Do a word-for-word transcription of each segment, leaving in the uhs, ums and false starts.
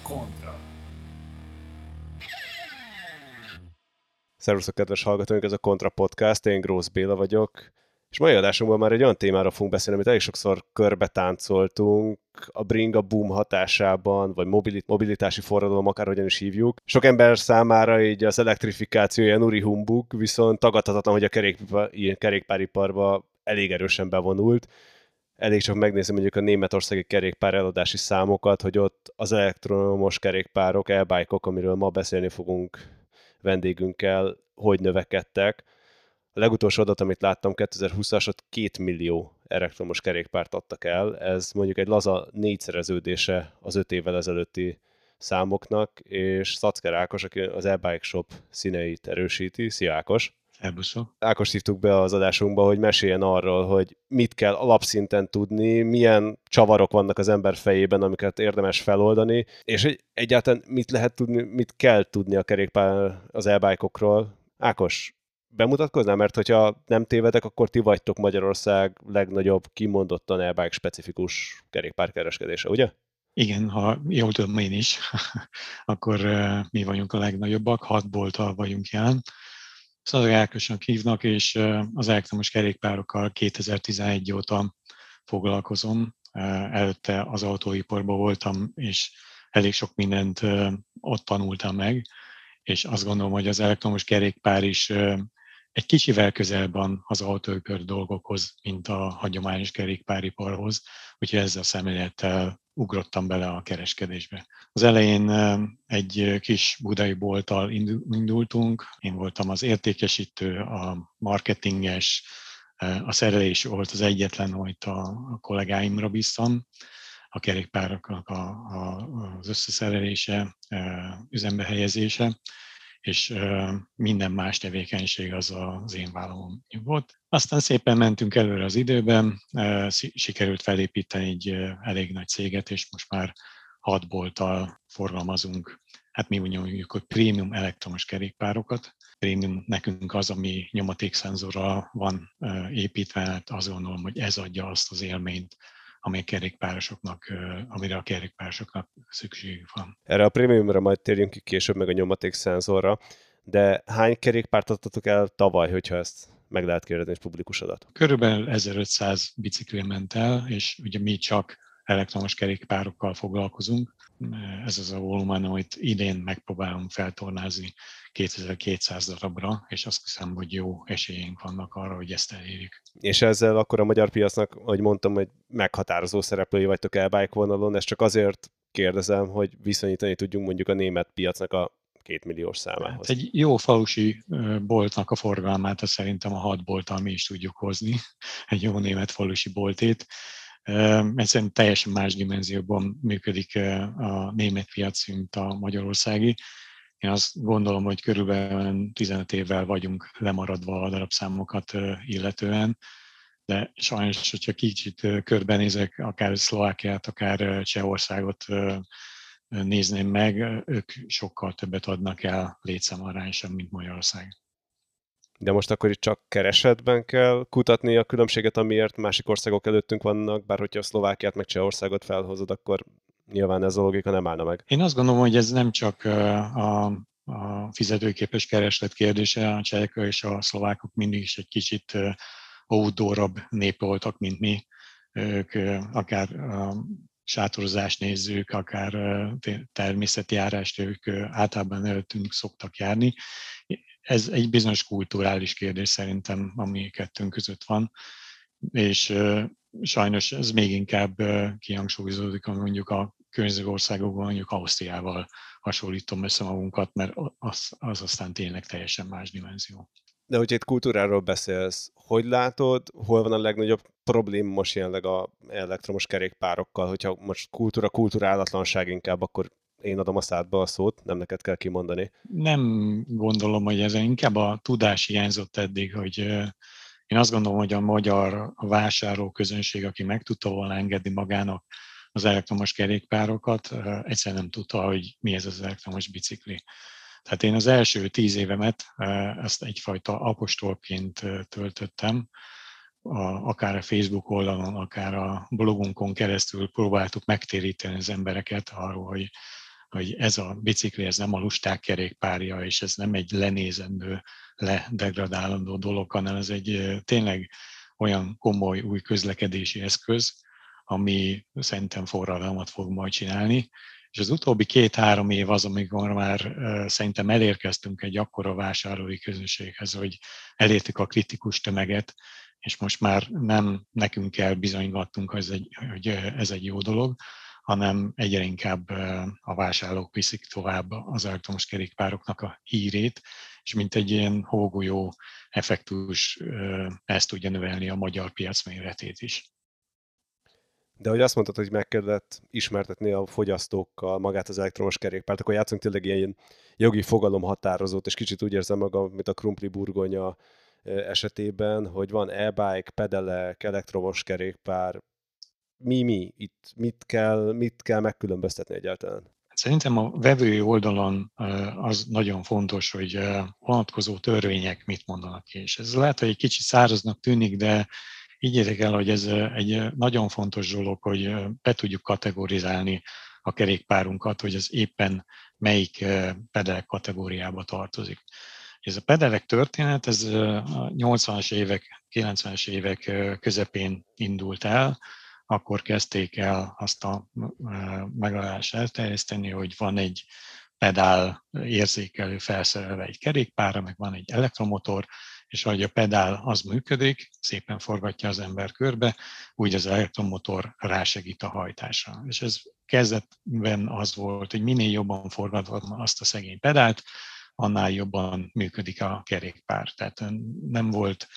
Kontra. Szervusztok, kedves hallgatóink, ez a Kontra Podcast, én Grósz Béla vagyok, és mai adásunkban már egy olyan témára fogunk beszélni, amit elég sokszor körbe táncoltunk, a bringa boom hatásában, vagy mobilitási forradalom, akárhogyan is hívjuk. Sok ember számára így az elektrifikáció ilyen uri humbug, viszont tagadhatatlan, hogy a kerékpár, kerékpáriparba elég erősen bevonult. Elég csak megnézni mondjuk a németországi kerékpár eladási számokat, hogy ott az elektromos kerékpárok, e-bike-ok, amiről ma beszélni fogunk vendégünkkel, hogy növekedtek. A legutolsó adat, amit láttam, kétezer-húszas, ott két millió elektromos kerékpárt adtak el. Ez mondjuk egy laza négyszereződése az öt évvel ezelőtti számoknak, és Szaczker Ákos, aki az e-bike shop színeit erősíti. Szia Ákos! Szerbuszok! Ákos hívtuk be az adásunkba, hogy meséljen arról, hogy mit kell alapszinten tudni, milyen csavarok vannak az ember fejében, amiket érdemes feloldani, és hogy egyáltalán mit lehet tudni, mit kell tudni a kerékpár az e-bike-okról. Ákos, bemutatkoznál? Mert hogyha nem tévedek, akkor ti vagytok Magyarország legnagyobb kimondottan e-bike specifikus kerékpárkereskedése, ugye? Igen, ha jól tudom én is, akkor uh, mi vagyunk a legnagyobbak, hat bolttal vagyunk jelen. Szaczker Ákosnak hívnak, és uh, az elektromos kerékpárokkal kétezer-tizenegy óta foglalkozom. Uh, előtte az autóiparban voltam, és elég sok mindent uh, ott tanultam meg, és azt gondolom, hogy az elektromos kerékpár is uh, egy kicsivel közelebb van az autóipar dolgokhoz, mint a hagyományos kerékpáriparhoz, úgyhogy ezzel a szemlélettel ugrottam bele a kereskedésbe. Az elején egy kis budai bolttal indultunk, én voltam az értékesítő, a marketinges, a szerelés volt az egyetlen, amit a kollégáimra bíztam, a kerékpároknak a, a, az összeszerelése, üzembe helyezése, és minden más tevékenység az az én vállalom volt. Aztán szépen mentünk előre az időben, sikerült felépíteni egy elég nagy céget, és most már hat bolttal forgalmazunk, hát mi úgy mondjuk, hogy prémium elektromos kerékpárokat. Prémium nekünk az, ami nyomatékszenzorral van építve, hát azt gondolom, hogy ez adja azt az élményt, amely kerékpárosoknak, amire a kerékpárosoknak szükségük van. Erre a prémiumra majd térjünk ki később, meg a nyomatékszenzorra, de hány kerékpárt adtatok el tavaly, hogyha ezt meg lehet kérdezni, és publikus adat? Körülbelül ezerötszáz bicikli ment el, és ugye mi csak elektromos kerékpárokkal foglalkozunk. Ez az a volumen, amit idén megpróbálunk feltornázni kétezer-kétszáz darabra, és azt hiszem, hogy jó esélyeink vannak arra, hogy ezt elérjük. És ezzel akkor a magyar piacnak, ahogy mondtam, hogy meghatározó szereplői vagytok e-bike vonalon, ezt csak azért kérdezem, hogy viszonyítani tudjunk mondjuk a német piacnak a kétmilliós számához. Hát egy jó falusi boltnak a forgalmát azt szerintem a hat bolttal mi is tudjuk hozni, egy jó német falusi boltét. Egyszerűen teljesen más dimenzióban működik a német piac, mint a magyarországi. Én azt gondolom, hogy körülbelül tizenöt évvel vagyunk lemaradva a darabszámokat illetően, de sajnos, hogyha kicsit körbenézek, akár Szlovákiát, akár Csehországot nézném meg, ők sokkal többet adnak el létszámarányosan, mint Magyarország. De most akkor itt csak keresetben kell kutatni a különbséget, amiért másik országok előttünk vannak, bár hogyha a Szlovákiát meg Csehországot felhozod, akkor nyilván ez a logika nem állna meg. Én azt gondolom, hogy ez nem csak a, a fizetőképes kereslet kérdése, a csehek és a szlovákok mindig is egy kicsit outdoorabb nép voltak, mint mi. Ők akár sátorozást nézzük, akár természeti járást, ők általában előttünk szoktak járni. Ez egy bizonyos kulturális kérdés szerintem, ami kettőnk között van, és sajnos ez még inkább kihangsúlyozódik, hogy mondjuk a környező országokban, mondjuk Ausztriával hasonlítom össze magunkat, mert az, az aztán tényleg teljesen más dimenzió. De hogyha itt kultúráról beszélsz, hogy látod, hol van a legnagyobb probléma most jelenleg a elektromos kerékpárokkal, hogyha most kultúra, kulturálatlanság inkább, akkor én adom a szádba a szót, nem neked kell kimondani. Nem gondolom, hogy ez inkább a tudás hiányzott eddig, hogy én azt gondolom, hogy a magyar vásárló közönség, aki meg tudta volna engedni magának az elektromos kerékpárokat, egyszerűen nem tudta, hogy mi ez az elektromos bicikli. Tehát én az első tíz évemet ezt egyfajta apostolként töltöttem, akár a Facebook oldalon, akár a blogunkon keresztül próbáltuk megtéríteni az embereket arról, hogy hogy ez a bicikli, ez nem a lusták kerékpárja, és ez nem egy lenézendő, ledegradálandó dolog, hanem ez egy tényleg olyan komoly új közlekedési eszköz, ami szerintem forradalmat fog majd csinálni. És az utóbbi két-három év az, amikor már szerintem elérkeztünk egy akkora vásárlói közönséghez, hogy elértük a kritikus tömeget, és most már nem nekünk kell bizonygatnunk, hogy ez egy, hogy ez egy jó dolog, hanem egyre inkább a vásárlók viszik tovább az elektromos kerékpároknak a hírét, és mint egy ilyen hógolyó effektus ezt tudja növelni a magyar piac méretét is. De hogy azt mondtad, hogy meg kellett ismertetni a fogyasztókkal magát az elektromos kerékpárt, akkor játszunk tényleg ilyen jogi fogalomhatározót, és kicsit úgy érzem magam, mint a krumpli burgonya esetében, hogy van e-bike, pedelek, elektromos kerékpár. Mi, mi? Itt mit kell, mit kell megkülönböztetni egyáltalán? Szerintem a vevői oldalon az nagyon fontos, hogy vonatkozó törvények mit mondanak ki. És ez lehet, hogy egy kicsit száraznak tűnik, de így érjék el, hogy ez egy nagyon fontos dolog, hogy be tudjuk kategorizálni a kerékpárunkat, hogy ez éppen melyik pedelek kategóriába tartozik. Ez a pedelek történet, ez a nyolcvanas évek, kilencvenes évek közepén indult el, akkor kezdték el azt a megoldást elterjeszteni, hogy van egy pedál érzékelő felszerelve egy kerékpárra, meg van egy elektromotor, és ahogy a pedál az működik, szépen forgatja az ember körbe, úgy az elektromotor rásegít a hajtásra. És ez kezdetben az volt, hogy minél jobban forgatva azt a szegény pedált, annál jobban működik a kerékpár. Tehát nem volt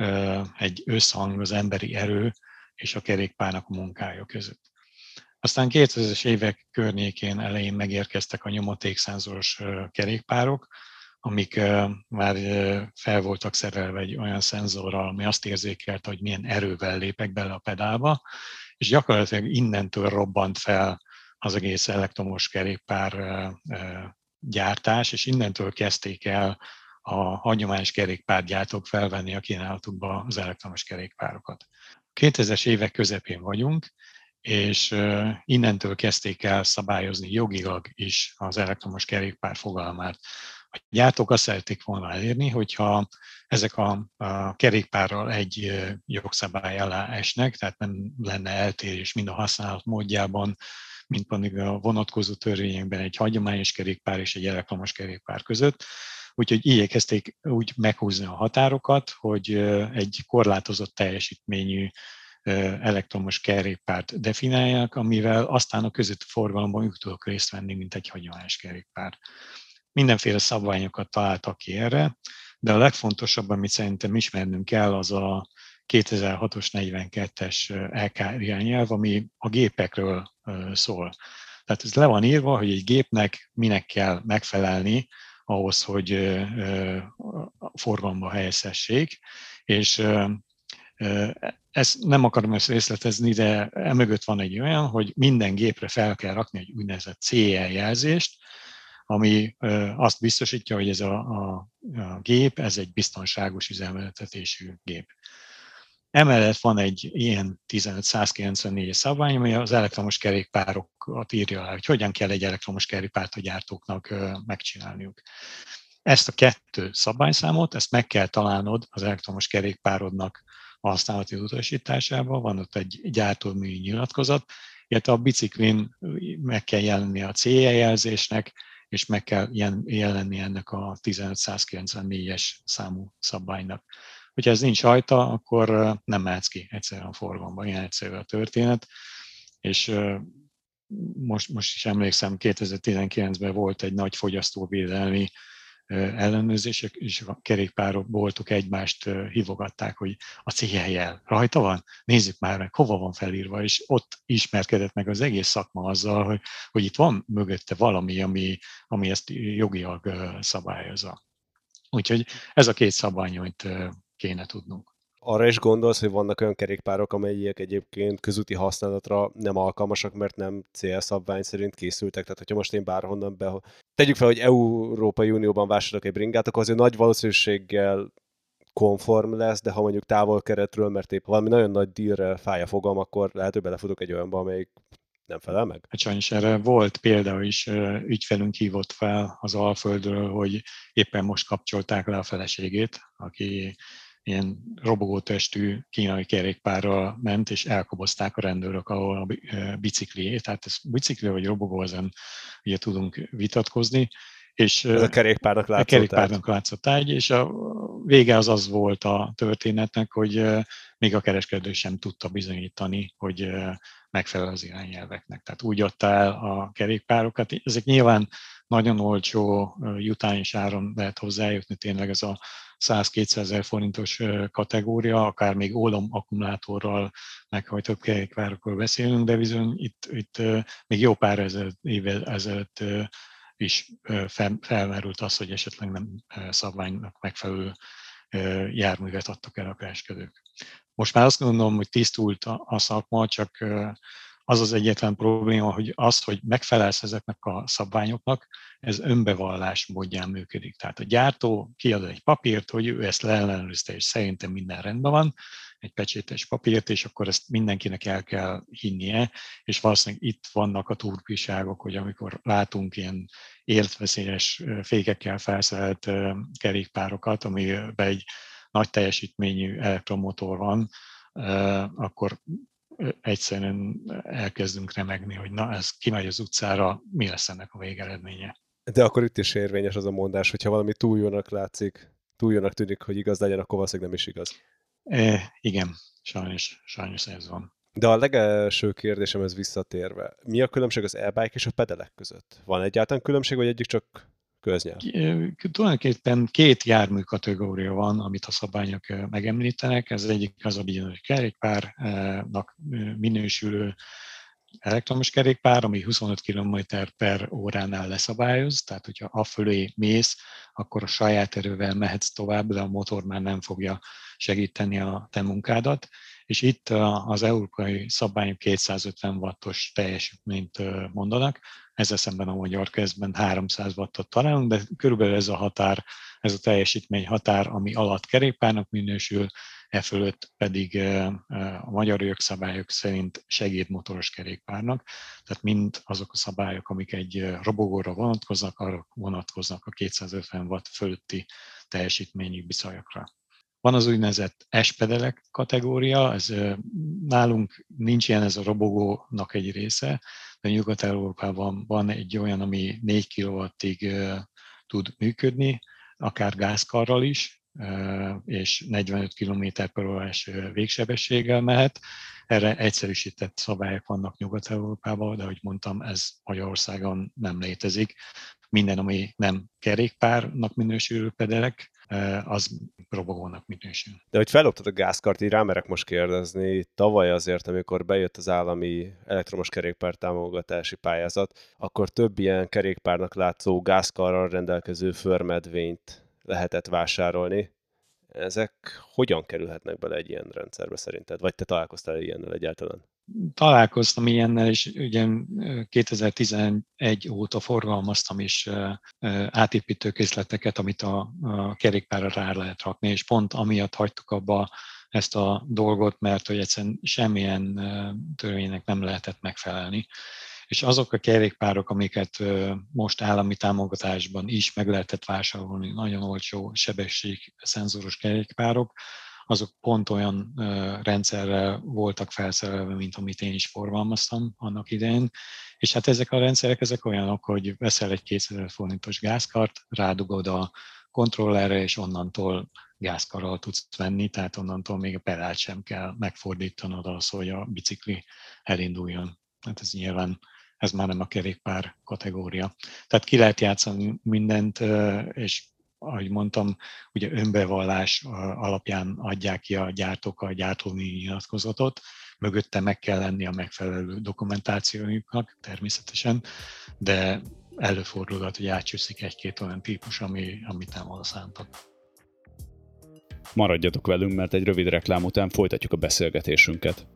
egy összhang az emberi erő és a kerékpárnak a munkája között. Aztán kétezres évek környékén elején megérkeztek a nyomatékszenzoros kerékpárok, amik már fel voltak szerelve egy olyan szenzorral, ami azt érzékelte, hogy milyen erővel lépek bele a pedálba, és gyakorlatilag innentől robbant fel az egész elektromos kerékpár gyártás, és innentől kezdték el a hagyományos kerékpárgyártók felvenni a kínálatukba az elektromos kerékpárokat. kétezres évek közepén vagyunk, és innentől kezdték el szabályozni jogilag is az elektromos kerékpár fogalmát. A gyártók azt szerették volna elérni, hogyha ezek a, a kerékpárral egy jogszabály alá esnek, tehát nem lenne eltérés mind a használat módjában, mint pedig a vonatkozó törvényekben egy hagyományos kerékpár és egy elektromos kerékpár között. Úgyhogy igyekezték úgy meghúzni a határokat, hogy egy korlátozott teljesítményű elektromos kerékpárt definiálják, amivel aztán a közötti forgalomban úgy tudok részt venni, mint egy hagyományos kerékpár. Mindenféle szabványokat találtak ki erre, de a legfontosabb, amit szerintem ismernünk kell, az a kétezer-hatos negyvenkettes é ká irányelv, ami a gépekről szól. Tehát ez le van írva, hogy egy gépnek minek kell megfelelni ahhoz, hogy forgalomba helyezhessék, és ezt nem akarom ezt részletezni, de emögött van egy olyan, hogy minden gépre fel kell rakni egy úgynevezett cé e jelzést, ami azt biztosítja, hogy ez a, a, a gép, ez egy biztonságos üzemeltetésű gép. Emellett van egy ilyen tizenöt százkilencvennégyes szabvány, ami az elektromos kerékpárokat írja le, hogy hogyan kell egy elektromos kerékpárt a gyártóknak megcsinálniuk. Ezt a kettő szabályszámot, ezt meg kell találnod az elektromos kerékpárodnak a használati utasításában, van ott egy gyártóművi nyilatkozat, illetve a biciklin meg kell jelenni a cé e jelzésnek, és meg kell jelenni ennek a tizenöt százkilencvennégyes számú szabálynak. Hogyha ez nincs rajta, akkor nem mehetsz ki egyszerűen a forgalomban, ilyen egyszerű a történet, és most, most is emlékszem, kétezer-tizenkilencben volt egy nagy fogyasztóvédelmi ellenőrzések, és a kerékpárok, boltok egymást hívogatták, hogy a cé e jel rajta van, nézzük már meg, hova van felírva, és ott ismerkedett meg az egész szakma azzal, hogy, hogy itt van mögötte valami, ami, ami ezt jogilag szabályozza. Úgyhogy ez a két szabály, amit kéne tudnunk. Arra is gondolsz, hogy vannak olyan kerékpárok, amelyek egyébként közúti használatra nem alkalmasak, mert nem cé e szabvány szerint készültek. Tehát, hogyha most én bárhonnan be... Tegyük fel, hogy Európai Unióban vásárolok egy bringát, akkor azért nagy valószínűséggel konform lesz, de ha mondjuk távol keretről, mert épp valami nagyon nagy dílre fáj a fogam, akkor lehet, hogy belefutok egy olyanba, amelyik nem felel meg? Hát sajnos erre volt példa is, ügyfelünk hívott fel az Alföldről, hogy éppen most kapcsolták le a feleségét, aki ilyen robogótestű kínai kerékpárral ment, és elkobozták a rendőrök ahol a bicikliét. Tehát ez bicikli vagy robogó, ezen ugye tudunk vitatkozni. És Ez a kerékpárnak a látszó tárgy. kerékpárnak látszott tárgy, és a vége az az volt a történetnek, hogy még a kereskedő sem tudta bizonyítani, hogy megfelel az irányelveknek. Tehát úgy adta el a kerékpárokat. Ezek nyilván nagyon olcsó jutányos áron lehet hozzájutni, tényleg ez a száz-kétszázezer forintos kategória, akár még ólom akkumulátorral meghajtott kerékpárokról beszélünk, de bizony itt, itt még jó pár ezer évvel ezelőtt is felmerült az, hogy esetleg nem szabványnak megfelelő járművet adtak el a kereskedők. Most már azt gondolom, hogy tisztult a szakma, csak az az egyetlen probléma, hogy az, hogy megfelelsz ezeknek a szabványoknak, ez önbevallás módján működik. Tehát a gyártó kiad egy papírt, hogy ő ezt leellenőrizte, és szerintem minden rendben van, egy pecsétes papírt, és akkor ezt mindenkinek el kell hinnie, és valószínűleg itt vannak a turpiságok, hogy amikor látunk ilyen életveszélyes fékekkel felszerelt kerékpárokat, amiben egy nagy teljesítményű elektromotor van, akkor egyszerűen elkezdünk remegni, hogy na, ez kimegy az utcára, mi lesz ennek a végeredménye. De akkor itt is érvényes az a mondás, hogyha valami túl jónak látszik, túl jónak tűnik, hogy igaz legyen, akkor valószínűleg nem is igaz. E, igen, sajnos, sajnos ez van. De a legelső kérdésemhez visszatérve, mi a különbség az e-bike és a pedelek között? Van egyáltalán különbség, vagy egyik csak köznyelv? Tulajdonképpen két jármű kategória van, amit a szabályok megemlítenek. Ez egyik az a bizonyos kerékpárnak minősülő elektromos kerékpár, ami huszonöt kilométer per óránál leszabályoz, tehát hogyha afölé mész, akkor a saját erővel mehetsz tovább, de a motor már nem fogja segíteni a te munkádat. És itt az európai szabályok kétszázötven wattos teljesítményt mondanak, ezzel szemben a magyar kezben háromszáz wattot találunk, de körülbelül ez a határ, ez a teljesítmény határ, ami alatt kerékpárnak minősül, e fölött pedig a magyar jogszabályok szerint segédmotoros kerékpárnak, tehát mind azok a szabályok, amik egy robogóra vonatkoznak, arra vonatkoznak a kétszázötven watt fölötti teljesítményű bicajokra. Van az úgynevezett S-pedelek kategória, ez nálunk nincs ilyen, ez a robogónak egy része, de Nyugat-Európában van egy olyan, ami négy kilowattig tud működni, akár gázkarral is, és negyvenöt kilométer per órás végsebességgel mehet. Erre egyszerűsített szabályok vannak Nyugat-Európában, de ahogy mondtam, ez Magyarországon nem létezik. Minden, ami nem kerékpárnak minősülő pedelek, az robogónak minősül. De hogy felloptad a gázkart, így rámerek most kérdezni, tavaly azért, amikor bejött az állami elektromos kerékpár támogatási pályázat, akkor több ilyen kerékpárnak látszó gázkarral rendelkező förmedvényt lehetett vásárolni. Ezek hogyan kerülhetnek bele egy ilyen rendszerbe szerinted? Vagy te találkoztál ilyennel egyáltalán? Találkoztam ilyennel, és ugye kétezer-tizenegy óta forgalmaztam is átépítő készleteket, amit a, a kerékpárra rá lehet rakni, és pont amiatt hagytuk abba ezt a dolgot, mert hogy egyszerűen semmilyen törvénynek nem lehetett megfelelni. És azok a kerékpárok, amiket most állami támogatásban is meg lehetett vásárolni, nagyon olcsó sebességszenzoros kerékpárok, azok pont olyan rendszerrel voltak felszerelve, mint amit én is forgalmaztam annak idején. És hát ezek a rendszerek ezek olyanok, hogy veszel egy kétezer forintos gázkart, rádugod a kontrollerre, és onnantól gázkarral tudsz venni, tehát onnantól még a pedált sem kell megfordítanod az, hogy a bicikli elinduljon. Hát ez nyilván, ez már nem a kerékpár kategória. Tehát ki lehet játszani mindent, és ahogy mondtam, ugye önbevallás alapján adják ki a gyártók a gyártói nyilatkozatot, mögötte meg kell lenni a megfelelő dokumentációjuknak természetesen, de előfordulhat, hogy átcsúszik egy-két olyan típus, ami, amit nem oda szántak. Maradjatok velünk, mert egy rövid reklám után folytatjuk a beszélgetésünket.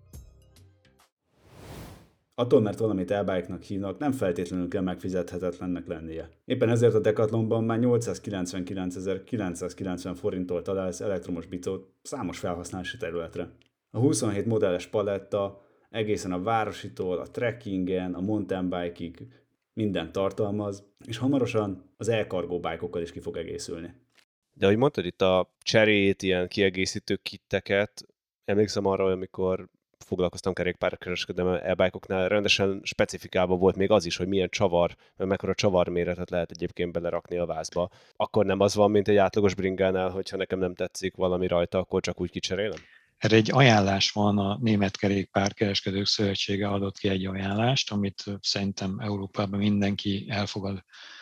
Attól, mert valamit e-bike-nak hívnak, nem feltétlenül kell megfizethetetlennek lennie. Éppen ezért a Decathlonban már nyolcszázkilencvenkilencezer-kilencszázkilencven forinttól találsz elektromos bicót számos felhasználási területre. A huszonhét modelles paletta egészen a várositól, a trekkingen, a mountain bike-ig mindent tartalmaz, és hamarosan az elkargó bike-okkal is ki fog egészülni. De ahogy mondtad itt a cserét, ilyen kiegészítő kitteket, emlékszem arra, amikor foglalkoztam kerékpárkereskedelemmel e-bike-oknál, rendesen specifikálva volt még az is, hogy milyen csavar, meg mekkora csavarméretet lehet egyébként belerakni a vázba. Akkor nem az van, mint egy átlagos bringánál, hogyha nekem nem tetszik valami rajta, akkor csak úgy kicserélem? Erre egy ajánlás van, a Német Kerékpárkereskedők Szövetsége adott ki egy ajánlást, amit szerintem Európában mindenki elfogad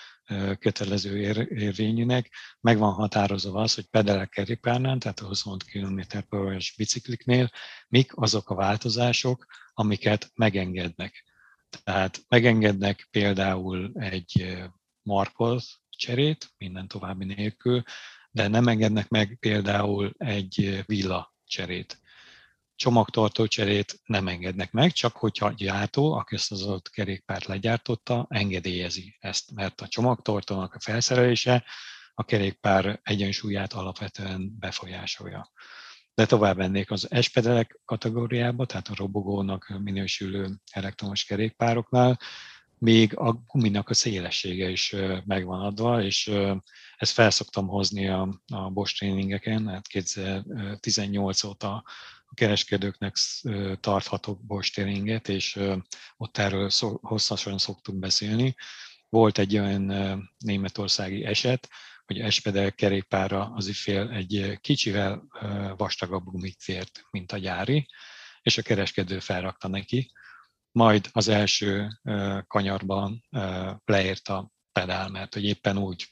kötelező ér, érvényűnek. Meg van határozva az, hogy pedelek kerékpárnál, tehát a huszonöt kilométer per órás bicikliknél, mik azok a változások, amiket megengednek. Tehát megengednek például egy markol cserét, minden további nélkül, de nem engednek meg például egy villa cserét. Csomagtartó cserét nem engednek meg, csak hogyha a gyártó, aki ezt az adott kerékpárt legyártotta, engedélyezi ezt, mert a csomagtartónak a felszerelése a kerékpár egyensúlyát alapvetően befolyásolja. De tovább mennék az espedelek kategóriába, tehát a robogónak minősülő elektromos kerékpároknál, még a guminak a szélessége is megvan adva, és ezt felszoktam hozni a, a Bosch tréningeken, hát kétezer-tizennyolc óta a kereskedőknek tarthatok Bosch tréninget, és ott erről szó, hosszasan szoktunk beszélni. Volt egy olyan németországi eset, hogy espedel kerékpárra az ügyfél egy kicsivel vastagabb gumit kért, mint a gyári, és a kereskedő felrakta neki, majd az első kanyarban leért a pedál, mert hogy éppen úgy,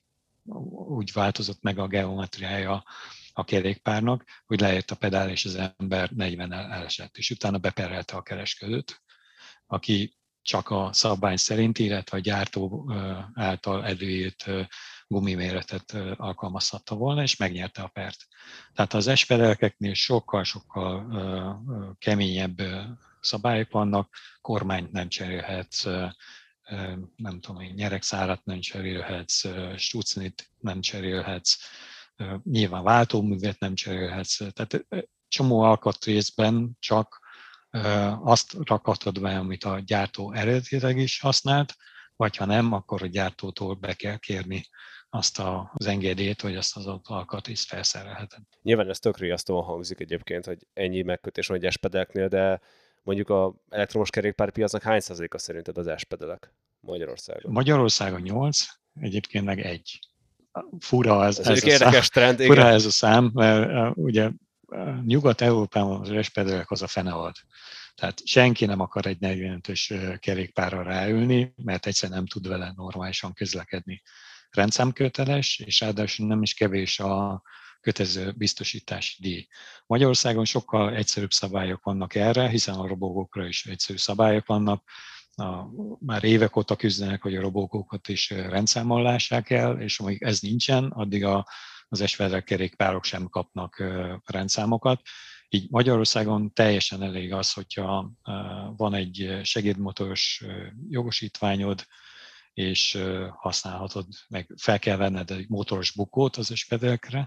úgy változott meg a geometriája a kerékpárnak, hogy leért a pedál, és az ember negyvennel elesett, és utána beperelte a kereskedőt, aki csak a szabvány szerint, illetve a gyártó által előírt gumiméretet alkalmazhatta volna, és megnyerte a pert. Tehát az espedeleknél sokkal-sokkal keményebb szabályok vannak, kormányt nem cserélhetsz, nem tudom, nyeregszárat nem cserélhetsz, stucnit nem cserélhetsz, nyilván váltóművet nem cserélhetsz. Tehát csomó alkatrészben csak azt rakhatod be, amit a gyártó eredetileg is használt, vagy ha nem, akkor a gyártótól be kell kérni azt az engedélyt, hogy azt az alkatrészt felszerelheted. Nyilván ez tök riasztóan hangzik egyébként, hogy ennyi megkötés van egy espedeleknél, de mondjuk az elektromos kerékpárpiacnak hány százaléka szerinted az espedelek Magyarországon? Magyarországon nyolc, egyébként meg egy. Fura ez, ez, ez, ez, a szám, trend, fura ez a szám, mert uh, ugye uh, Nyugat-Európában az espedelek az a fene volt. Tehát senki nem akar egy negyvenötös kerékpárra ráülni, mert egyszerűen nem tud vele normálisan közlekedni. Rendszámköteles, és ráadásul nem is kevés a kötelező biztosítási díj. Magyarországon sokkal egyszerűbb szabályok vannak erre, hiszen a robogókra is egyszerű szabályok vannak. A, már évek óta küzdenek, hogy a robogókat is rendszámon lássák el, és amíg ez nincsen, addig a, az espedelek kerékpárok sem kapnak rendszámokat. Így Magyarországon teljesen elég az, hogyha van egy segédmotoros jogosítványod, és használhatod, meg fel kell venned egy motoros bukót az espedelekre,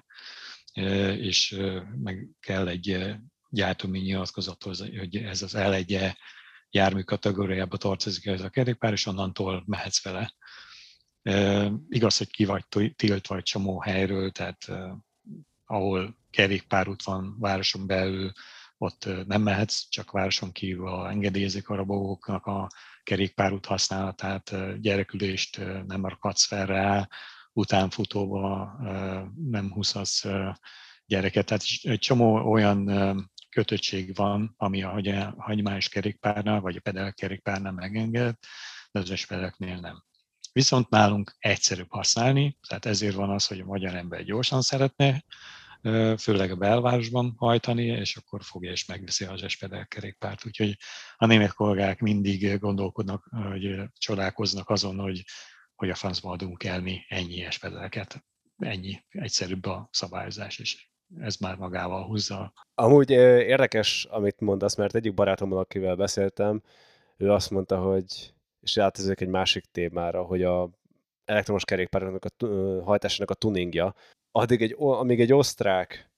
és meg kell egy gyártói nyilatkozathoz, hogy ez az el egy jármű kategóriába tartozik ez a kerékpár, és onnantól mehetsz vele. Igaz, hogy ki vagy tiltva egy csomó helyről, tehát ahol kerékpárút van városon belül, ott nem mehetsz, csak városon kívül engedélyezik a robogóknak a kerékpárút használatát, gyerekülést nem rakadsz fel rá, utánfutóba nem húzhatsz gyereket. Tehát egy csomó olyan kötöttség van, ami a hagyományos kerékpárnál, vagy a pedel kerékpárnál megenged, de az espedeleknél nem. Viszont nálunk egyszerűbb használni, tehát ezért van az, hogy a magyar ember gyorsan szeretne, főleg a belvárosban hajtani, és akkor fogja és megveszi az espedel kerékpárt. Úgyhogy a német kollégák mindig gondolkodnak, hogy csodálkoznak azon, hogy hogy a francba adunk el mi ennyi espedeleket. Ennyi, egyszerűbb a szabályozás, és ez már magával húzza. Amúgy érdekes, amit mondasz, mert egyik barátommal, akivel beszéltem, ő azt mondta, hogy, és átezek egy másik témára, hogy a elektromos kerékpárnak a hajtásának a tuningja, addig egy, amíg egy osztrák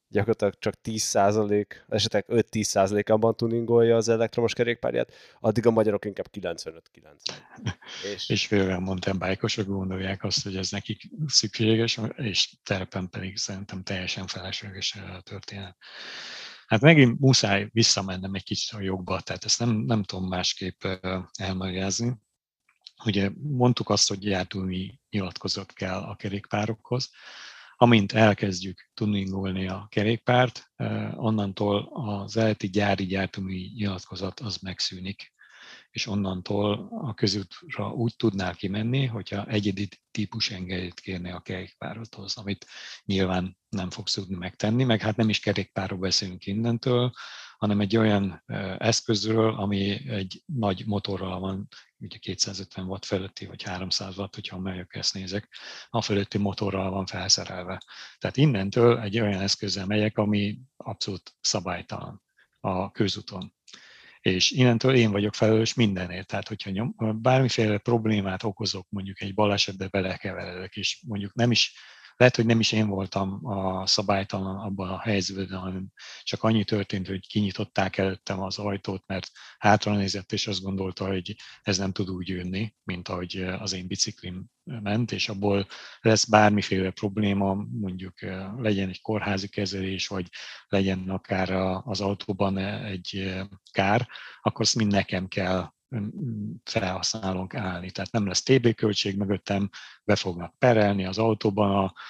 gyakorlatilag csak tíz százalék, esetleg öt-tíz százalékában tuningolja az elektromos kerékpárját, addig a magyarok inkább kilencvenöt kilencven. És, és főleg mountain bike-osok gondolják azt, hogy ez nekik szükséges, és terepen pedig szerintem teljesen felesleges a történet. Hát megint muszáj visszamennem egy kicsit a jogba, tehát ezt nem, nem tudom másképp elmagyarázni. Ugye mondtuk azt, hogy gyártói nyilatkozat kell a kerékpárokhoz. Amint elkezdjük tuningolni a kerékpárt, onnantól az eredeti gyári gyártói nyilatkozat az megszűnik, és onnantól a közútra úgy tudnál kimenni, hogyha egyedi típus engedélyt kérni a kerékpárodhoz, amit nyilván nem fogsz tudni megtenni, meg hát nem is kerékpárról beszélünk innentől, hanem egy olyan eszközről, ami egy nagy motorral van, ugye kétszázötven watt feletti, vagy háromszáz watt, hogyha melyek ezt nézek, a feletti motorral van felszerelve. Tehát innentől egy olyan eszközzel megyek, ami abszolút szabálytalan a közúton. És innentől én vagyok felelős mindenért. Tehát, hogyha nyom, bármiféle problémát okozok, mondjuk egy balesetbe belekeveredek, és mondjuk nem is, lehet, hogy nem is én voltam a szabálytalan abban a helyzetben, hanem csak annyi történt, hogy kinyitották előttem az ajtót, mert hátranézett, és azt gondolta, hogy ez nem tud úgy jönni, mint ahogy az én biciklim ment, és abból lesz bármiféle probléma, mondjuk legyen egy kórházi kezelés, vagy legyen akár az autóban egy kár, akkor azt mind nekem kell felhasználónk állni. Tehát nem lesz té bé költség mögöttem, be fognak perelni az autóban, a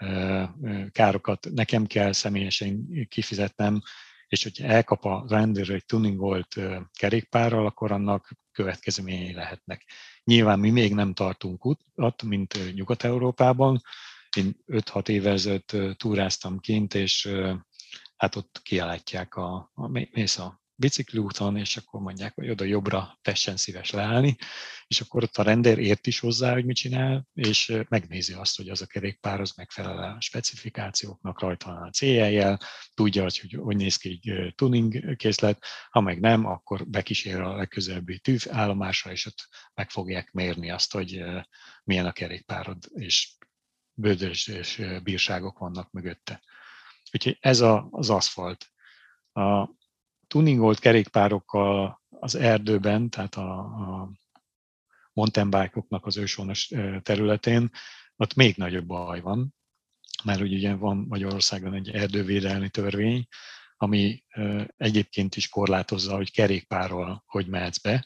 károkat nekem kell személyesen kifizetnem, és hogyha elkap a rendelő egy tuningolt kerékpárral, akkor annak következményei lehetnek. Nyilván mi még nem tartunk ott, mint Nyugat-Európában. Én öt-hat évvel ezelőtt túráztam kint, és hát ott kiállítják a, a mész a bicikliúton, és akkor mondják, hogy oda jobbra tessen szíves leállni, és akkor ott a rendőr ért is hozzá, hogy mit csinál, és megnézi azt, hogy az a kerékpár az megfelel a specifikációknak, rajta van a céljel, tudja, hogy hogy néz ki egy tuning készlet, ha meg nem, akkor bekísér a legközelebbi tűvállomásra, és ott meg fogják mérni azt, hogy milyen a kerékpárod, és bődös bírságok vannak mögötte. Úgyhogy ez a, az aszfalt. A tuningolt kerékpárokkal az erdőben, tehát a, a mountain bike-oknak az őshonos területén, ott még nagyobb baj van, mert ugye van Magyarországon egy erdővédelmi törvény, ami egyébként is korlátozza, hogy kerékpárral hogy mehetsz be,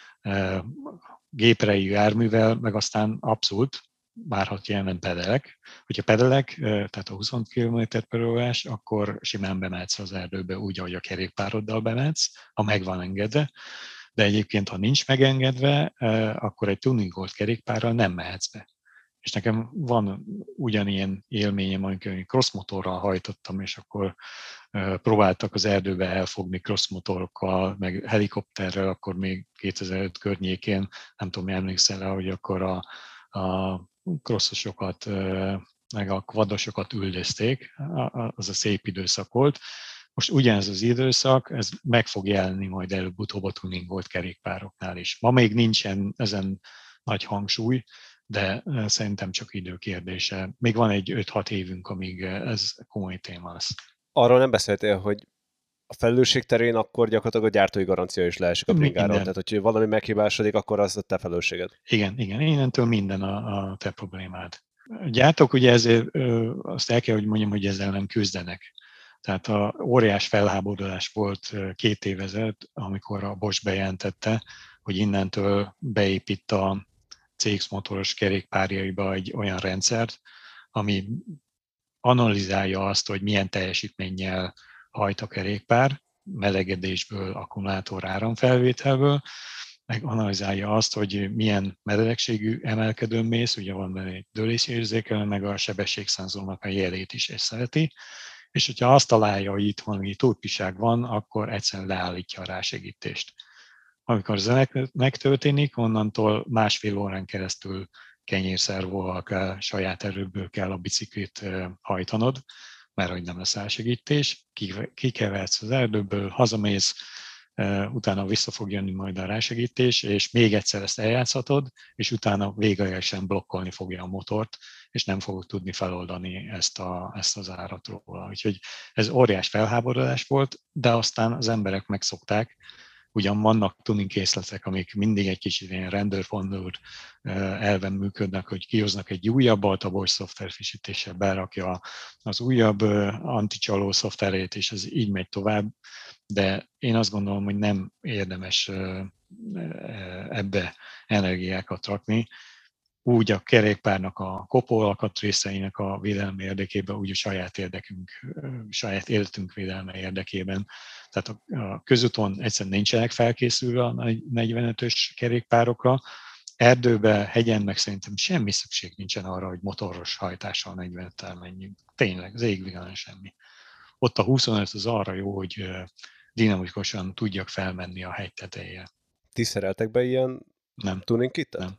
géprejű járművel, meg aztán abszolút, várhat jelen pedelek. Hogyha pedelek, tehát a húsz kilométer per órás, akkor simán bemehetsz az erdőbe úgy, ahogy a kerékpároddal bemehetsz, ha meg van engedve. De egyébként, ha nincs megengedve, akkor egy tuningolt kerékpárral nem mehetsz be. És nekem van ugyanilyen élményem, amikor crossmotorral hajtottam, és akkor próbáltak az erdőbe elfogni crossmotorokkal, meg helikopterrel, akkor még kétezer-öt környékén, nem tudom, emlékszel rá, hogy akkor a, a crossosokat, meg a quadosokat üldözték, az a szép időszak volt. Most ugyanez az időszak, ez meg fog jelenni majd előbb-utóbb a tuningolt kerékpároknál is. Ma még nincsen ezen nagy hangsúly, de szerintem csak idő kérdése. Még van egy öt-hat évünk, amíg ez komoly téma lesz. Arról nem beszéltél, hogy a felelősség terén akkor gyakorlatilag a gyártói garancia is leesik a bringáról. Tehát, hogyha valami meghibásodik, akkor az a te felelősséged. Igen, igen. Innentől minden a, a te problémád. A gyártók ugye ezért azt el kell, hogy mondjam, hogy ezzel nem küzdenek. Tehát a óriás felháborodás volt két év ezelőtt, amikor a Bosch bejelentette, hogy innentől beépít a cé iksz motoros kerékpárjaiba egy olyan rendszert, ami analizálja azt, hogy milyen teljesítménnyel hajt a kerékpár, melegedésből, akkumulátor áramfelvételből, meg analizálja azt, hogy milyen meredekségű emelkedőn mész, ugye van benne egy dőlésérzékelő, meg a sebességszenzornak a jelét is észreveti, és hogyha azt találja, hogy itt valami túlpiság van, akkor egyszerűen leállítja a rásegítést. Amikor ez megtörténik, onnantól másfél órán keresztül kenyérszervóval kell, saját erőből kell a biciklit hajtanod, mert hogy nem lesz rásegítés, kikeversz az erdőből, hazamész, utána vissza fog jönni majd a rásegítés, és még egyszer ezt eljátszhatod, és utána véglegesen blokkolni fogja a motort, és nem fogod tudni feloldani ezt, a, ezt az árat róla. Úgyhogy ez óriás felháborodás volt, de aztán az emberek megszokták. Ugyan vannak tuning készletek, amik mindig egy kicsit ilyen render-fondult elven működnek, hogy kihoznak egy újabbat, a voice szoftver frissítéssel berakja az újabb anticsaló szoftverét, és ez így megy tovább, de én azt gondolom, hogy nem érdemes ebbe energiákat rakni. Úgy a kerékpárnak a kopó alkatrészeinek a védelme érdekében, úgy a saját érdekünk, saját életünk védelme érdekében. Tehát a közúton egyszerűen nincsenek felkészülve a negyvenötös kerékpárokra, erdőbe, hegyen meg szerintem semmi szükség nincsen arra, hogy motoros hajtással negyvenöttel menjünk. Tényleg, az égvilágon semmi. Ott a huszonöt az arra jó, hogy dinamikusan tudjak felmenni a hegy tetejére. Ti szereltek be ilyen nem. tuning kitet? Nem.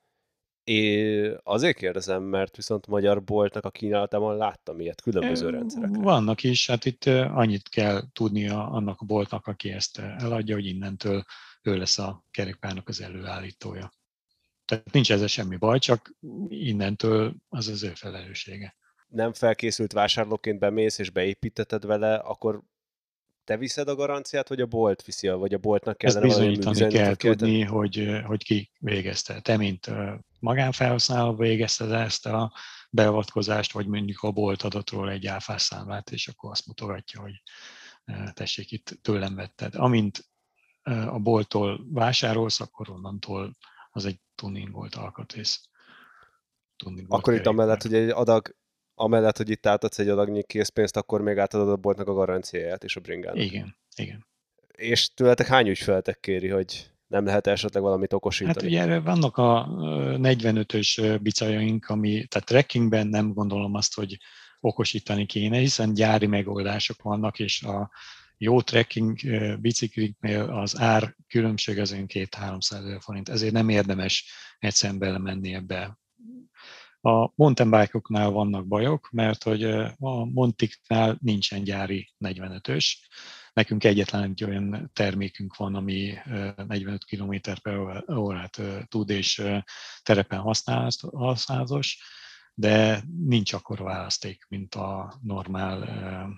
É, azért kérdezem, mert viszont magyar boltnak a kínálatában láttam ilyet különböző rendszerekre. Vannak is, hát itt annyit kell tudnia annak a boltnak, aki ezt eladja, hogy innentől ő lesz a kerékpárnak az előállítója. Tehát nincs ezzel semmi baj, csak innentől az az ő felelőssége. Nem felkészült vásárlóként bemész és beépíteted vele, akkor te viszed a garanciát, vagy a bolt viszi, vagy a boltnak kellene ezt bizonyítani kell tudni, tenni? hogy, hogy ki végezte. Te, mint magánfelhasználó végezted ezt a beavatkozást, vagy mondjuk a bolt adott róla egy áfás számlát, és akkor azt mutogatja, hogy tessék, itt tőlem vetted. Amint a bolttól vásárolsz, akkor onnantól az egy tuningolt alkatrész. Tuningolt akkor itt amellett, hogy egy adag, amellett, hogy itt átadsz egy adagnyi készpénzt, akkor még átadod a boltnak a garanciáját és a bringának. Igen, igen. És tőletek hány ügyfeletek kéri, hogy nem lehet esetleg valamit okosítani? Hát ugye vannak a negyvenötös bicajaink, ami, tehát trekkingben nem gondolom azt, hogy okosítani kéne, hiszen gyári megoldások vannak, és a jó trekking bicikliknél az ár különbség az olyan két-háromszáz ezer forint, ezért nem érdemes egyszerűen belemenni ebbe. A mountain bike-oknál vannak bajok, mert hogy a Montiknál nincsen gyári negyvenötös. Nekünk egyetlen egy olyan termékünk van, ami negyvenöt kilométer per órát tud, és terepen használatos, de nincs akkora választék, mint a normál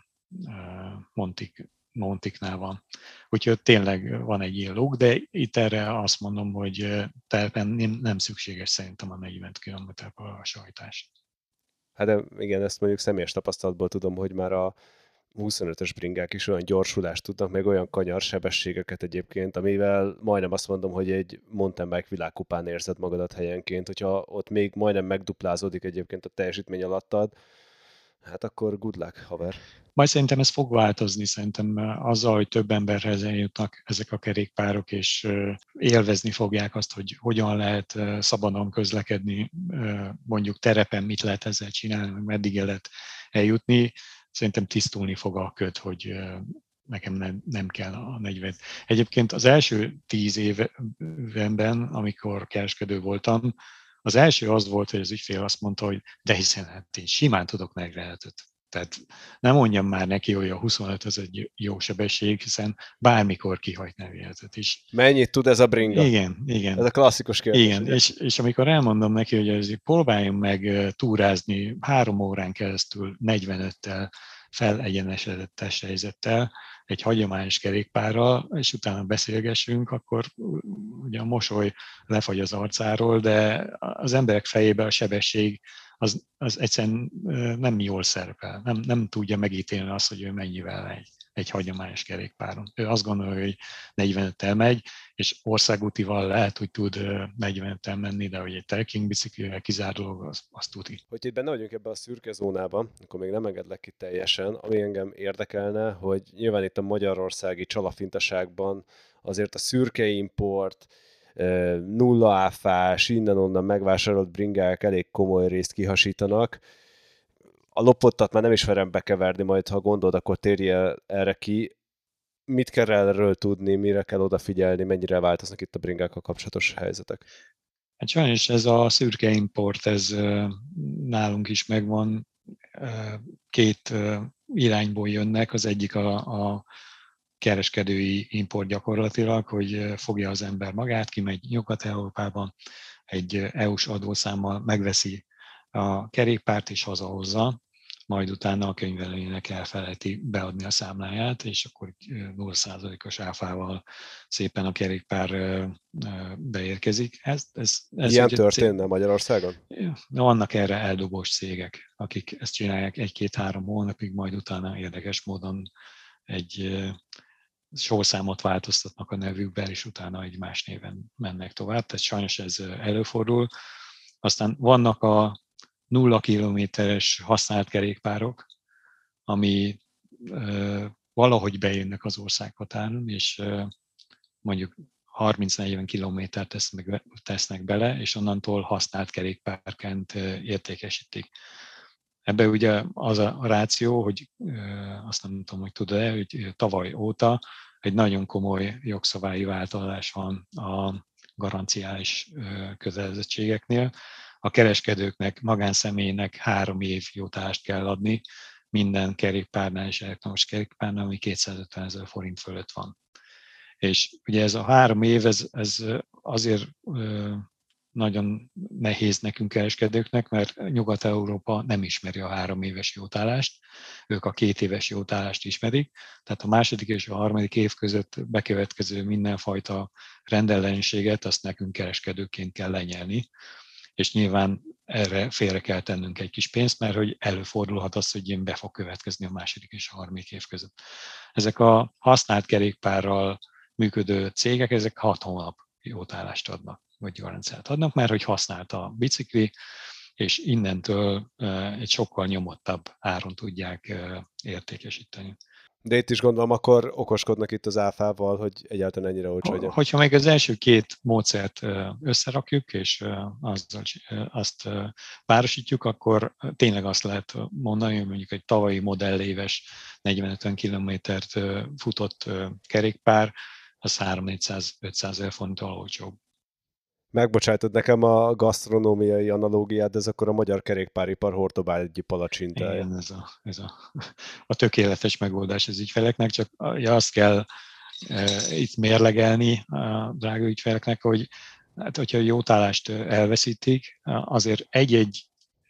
Montik, Montiknál van. Úgyhogy tényleg van egy ilyen luk, de itt erre azt mondom, hogy terepen nem szükséges szerintem a negyven kilométer per órás hajtás. Hát de igen, ezt mondjuk személyes tapasztalatból tudom, hogy már a huszonötös bringák is olyan gyorsulást tudnak, meg olyan kanyarsebességeket egyébként, amivel majdnem azt mondom, hogy egy mountain bike világkupán érzed magadat helyenként, hogyha ott még majdnem megduplázódik egyébként a teljesítmény alattad, hát akkor good luck, haver. Majd szerintem ez fog változni, szerintem azzal, hogy több emberhez eljutnak ezek a kerékpárok, és élvezni fogják azt, hogy hogyan lehet szabadon közlekedni, mondjuk terepen mit lehet ezzel csinálni, meg meddig el lehet eljutni. Szerintem tisztulni fog a köt, hogy nekem nem, nem kell a negyven. Egyébként az első tíz évemben, amikor kereskedő voltam, az első az volt, hogy az ügyfél azt mondta, hogy de hiszen hát én simán tudok negyvenötöt. Tehát nem mondjam már neki, hogy a huszonöt az egy jó sebesség, hiszen bármikor kihajt negyvenötöt is. Mennyit tud ez a bringa? Igen, igen. Ez a klasszikus kérdés. Igen, és, és amikor elmondom neki, hogy ezért próbáljunk meg túrázni három órán keresztül negyvenöttel felegyenesedett testhelyzettel, egy hagyományos kerékpárral, és utána beszélgessünk, akkor ugye a mosoly lefagy az arcáról, de az emberek fejében a sebesség az, az egyszerűen nem jól szerepel, nem, nem tudja megítélni azt, hogy ő mennyivel megy egy hagyományos kerékpáron. Ő azt gondolja, hogy negyvenöttel megy, és országútival lehet, hogy tud negyvenöttel menni, de hogy egy trekking biciklivel kizárólag az, az tuti. Hogy itt benne vagyunk ebben a szürke zónában, akkor még nem engedlek ki teljesen. Ami engem érdekelne, hogy nyilván itt a magyarországi csalafintaságban azért a szürke import, nulla áfás, innen-onnan megvásárolt bringák elég komoly részt kihasítanak. A lopottat már nem is verem bekeverni, majd ha gondolod, akkor térj el erre ki. Mit kell erről tudni, mire kell odafigyelni, mennyire változnak itt a bringákkal kapcsolatos helyzetek? Hát sajnos ez a szürke import, ez nálunk is megvan. Két irányból jönnek, az egyik a, a kereskedői import gyakorlatilag, hogy fogja az ember magát, kimegy Nyugat-Európában, egy é u-s adószámmal megveszi a kerékpárt és hazahozza, majd utána a könyvelőjének elfelejti beadni a számláját, és akkor nulla százalékos áfával szépen a kerékpár beérkezik. Ez, ez, ez Ilyen ugye történne cég... Magyarországon? Vannak erre eldobós cégek, akik ezt csinálják egy-két-három hónapig, majd utána érdekes módon egy sorszámot változtatnak a nevükben, és utána egy más néven mennek tovább. Tehát sajnos ez előfordul. Aztán vannak a nulla kilométeres használt kerékpárok, ami valahogy bejönnek az országhatáron, és mondjuk harminc-negyven kilométert tesznek, tesznek bele, és onnantól használt kerékpárként értékesítik. Ebbe ugye az a ráció, hogy azt nem tudom, hogy tudod-e, hogy tavaly óta egy nagyon komoly jogszabályi változás van a garanciális kötelezettségeknél. A kereskedőknek, magánszemélynek három év jótást kell adni minden kerékpárnál és elektromos kerékpárnál, ami kétszázötven ezer forint fölött van. És ugye ez a három év, ez, ez azért nagyon nehéz nekünk kereskedőknek, mert Nyugat-Európa nem ismeri a három éves jótállást, ők a két éves jótállást ismerik, tehát a második és a harmadik év között bekövetkező mindenfajta rendellenességet azt nekünk kereskedőként kell lenyelni, és nyilván erre félre kell tennünk egy kis pénzt, mert hogy előfordulhat az, hogy ilyen be fog következni a második és a harmadik év között. Ezek a használt kerékpárral működő cégek, ezek hat hónap jótállást adnak, vagy garanciát adnak, mert hogy használt a bicikli, és innentől egy sokkal nyomottabb áron tudják értékesíteni. De itt is gondolom, akkor okoskodnak itt az áfával, hogy egyáltalán ennyire olcsó legyen. Hogyha meg az első két módszert összerakjuk, és azzal, azt párosítjuk, akkor tényleg azt lehet mondani, hogy mondjuk egy tavalyi modelléves negyven-ötven kilométert futott kerékpár, az háromszáz-négyszáz-ötszáz ezer forinttal olcsóbb. Megbocsátod nekem a gasztronómiai analógiát, de ez akkor a magyar kerékpáripar hortobágyi palacsintája. Igen, ez a, ez a, a tökéletes megoldás az ügyfeleknek, csak azt kell e, itt mérlegelni a drága ügyfeleknek, hogy hát, hogyha a jótállást elveszítik, azért egy-egy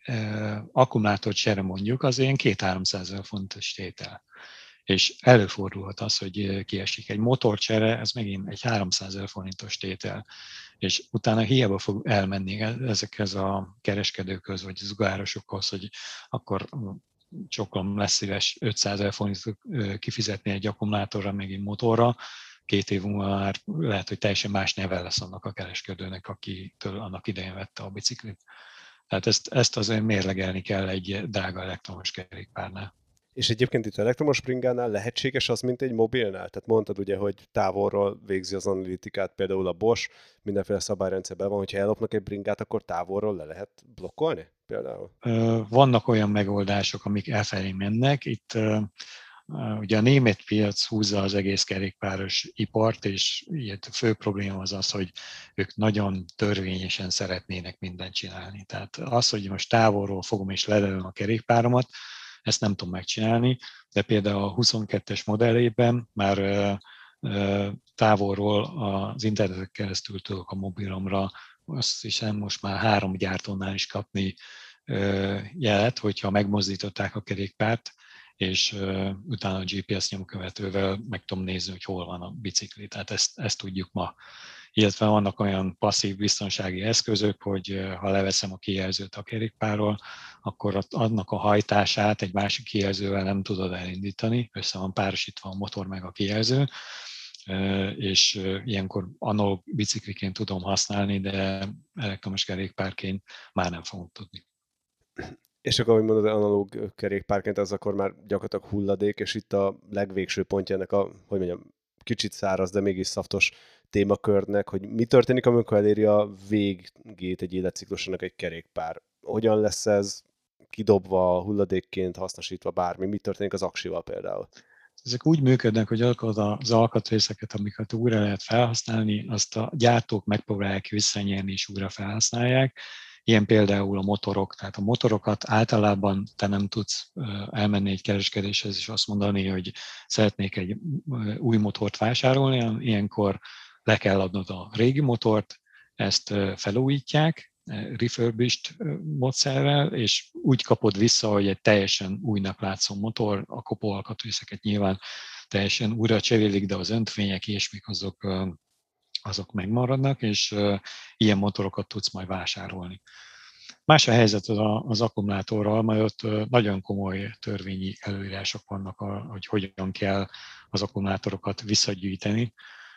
e, akkumulátort sere mondjuk, az ilyen két-háromszáz ezer fontos tétel. És előfordulhat az, hogy kiesik egy motorcsere, ez megint egy háromszáz ezer forintos tétel, és utána hiába fog elmenni ezekhez a kereskedőkhöz, vagy zugárosokhoz, hogy akkor sokkal lesz szíves ötszáz ezer forintot kifizetni egy akkumulátorra, meg egy motorra, két év múlva már lehet, hogy teljesen más neve lesz annak a kereskedőnek, akitől annak idején vette a biciklit. Tehát ezt, ezt azért mérlegelni kell egy drága elektromos kerékpárnál. És egyébként itt elektromos bringánál lehetséges az, mint egy mobilnál? Tehát mondtad ugye, hogy távolról végzi az analitikát, például a Bosch, mindenféle szabályrendszerben van, hogyha ellopnak egy bringát, akkor távolról le lehet blokkolni például? Vannak olyan megoldások, amik elfelé mennek. Itt ugye a német piac húzza az egész kerékpáros ipart, és ilyet a fő probléma az az, hogy ők nagyon törvényesen szeretnének mindent csinálni. Tehát az, hogy most távolról fogom és lelőm a kerékpáromat, ezt nem tudom megcsinálni, de például a huszonkettes modellében már távolról az interneten keresztül tudok a mobilomra, azt hiszem most már három gyártónál is kapni jelet, hogyha megmozdították a kerékpárt, és utána a gé pé es nyomkövetővel meg tudom nézni, hogy hol van a bicikli. Tehát ezt, ezt tudjuk ma. Illetve vannak olyan passzív biztonsági eszközök, hogy ha leveszem a kijelzőt a kerékpárról, akkor annak a hajtását egy másik kijelzővel nem tudod elindítani, össze van párosítva a motor meg a kijelző, és ilyenkor analóg bicikliként tudom használni, de elektromos kerékpárként már nem fogom tudni. És akkor, ahogy mondod, analóg kerékpárként, az akkor már gyakorlatilag hulladék, és itt a legvégső pontja ennek a, hogy mondjam, kicsit száraz, de mégis szaftos témakörnek, hogy mi történik, amikor eléri a végét egy életciklusának egy kerékpár. Hogyan lesz ez kidobva, hulladékként hasznosítva, bármi? Mi történik az aksival például? Ezek úgy működnek, hogy az alkatrészeket, amiket újra lehet felhasználni, azt a gyártók megpróbálják visszanyerni és újra felhasználják, Ilyen például a motorok, tehát a motorokat általában te nem tudsz elmenni egy kereskedéshez és azt mondani, hogy szeretnék egy új motort vásárolni, ilyenkor le kell adnod a régi motort, ezt felújítják, refurbished módszerrel, és úgy kapod vissza, hogy egy teljesen újnak látszó motor, a kopóalkatrészeket nyilván teljesen újra cserélik, de az öntvények, ilyesmik azok, azok megmaradnak, és ilyen motorokat tudsz majd vásárolni. Más a helyzet az, a, az akkumulátorral, majd ott nagyon komoly törvényi előírások vannak, hogy hogyan kell az akkumulátorokat visszagyűjteni.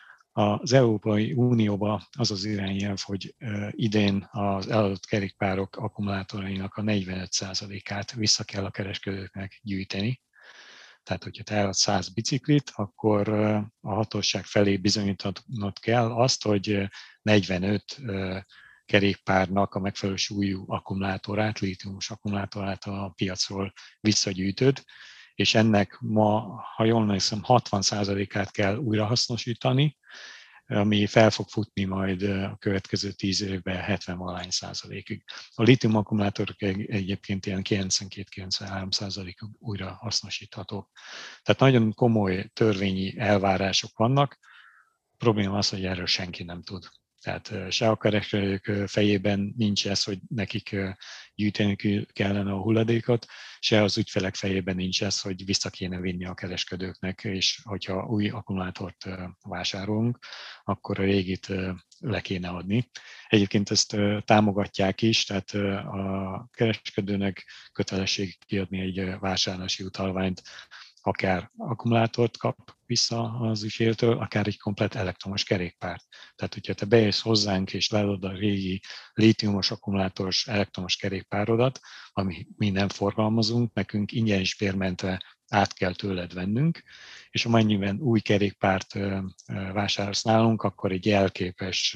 Az Európai Unióban az az irányelv, hogy idén az eladott kerékpárok akkumulátorainak a negyvenöt százalékát vissza kell a kereskedőknek gyűjteni. Tehát, hogyha te eladsz száz biciklit, akkor a hatóság felé bizonyítanod kell azt, hogy negyvenöt kerékpárnak a megfelelő súlyú akkumulátorát, lítiumos akkumulátorát a piacról visszagyűjtöd, és ennek ma, ha jól emlékszem, hatvan százalékát kell újrahasznosítani, ami fel fog futni majd a következő tíz évben hetven-valahány százalékig. A lítium akkumulátorok egyébként ilyen kilencvenkét-kilencvenhárom százalékig újra hasznosíthatók. Tehát nagyon komoly törvényi elvárások vannak. A probléma az, hogy erről senki nem tud. Tehát se a kereskedők fejében nincs ez, hogy nekik gyűjteni kellene a hulladékot, se az ügyfelek fejében nincs ez, hogy vissza kéne vinni a kereskedőknek, és hogyha új akkumulátort vásárolunk, akkor a régit le kéne adni. Egyébként ezt támogatják is, tehát a kereskedőnek kötelesség kiadni egy vásárlási utalványt, akár akkumulátort kap vissza az ügyféltől, akár egy komplett elektromos kerékpárt. Tehát, hogyha te bejössz hozzánk és leadod a régi lítiumos akkumulátoros elektromos kerékpárodat, ami mi nem forgalmazunk, nekünk ingyen is bérmentve át kell tőled vennünk, és amennyiben új kerékpárt vásárolsz nálunk, akkor egy jelképes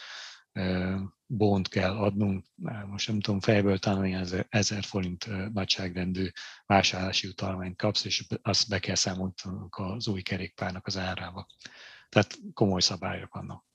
bónt kell adnunk, most nem tudom, fejből talán ezer forint nagyságrendű vásárlási utalványt kapsz, és azt be kell számolnunk az új kerékpárnak az árába. Tehát komoly szabályok vannak.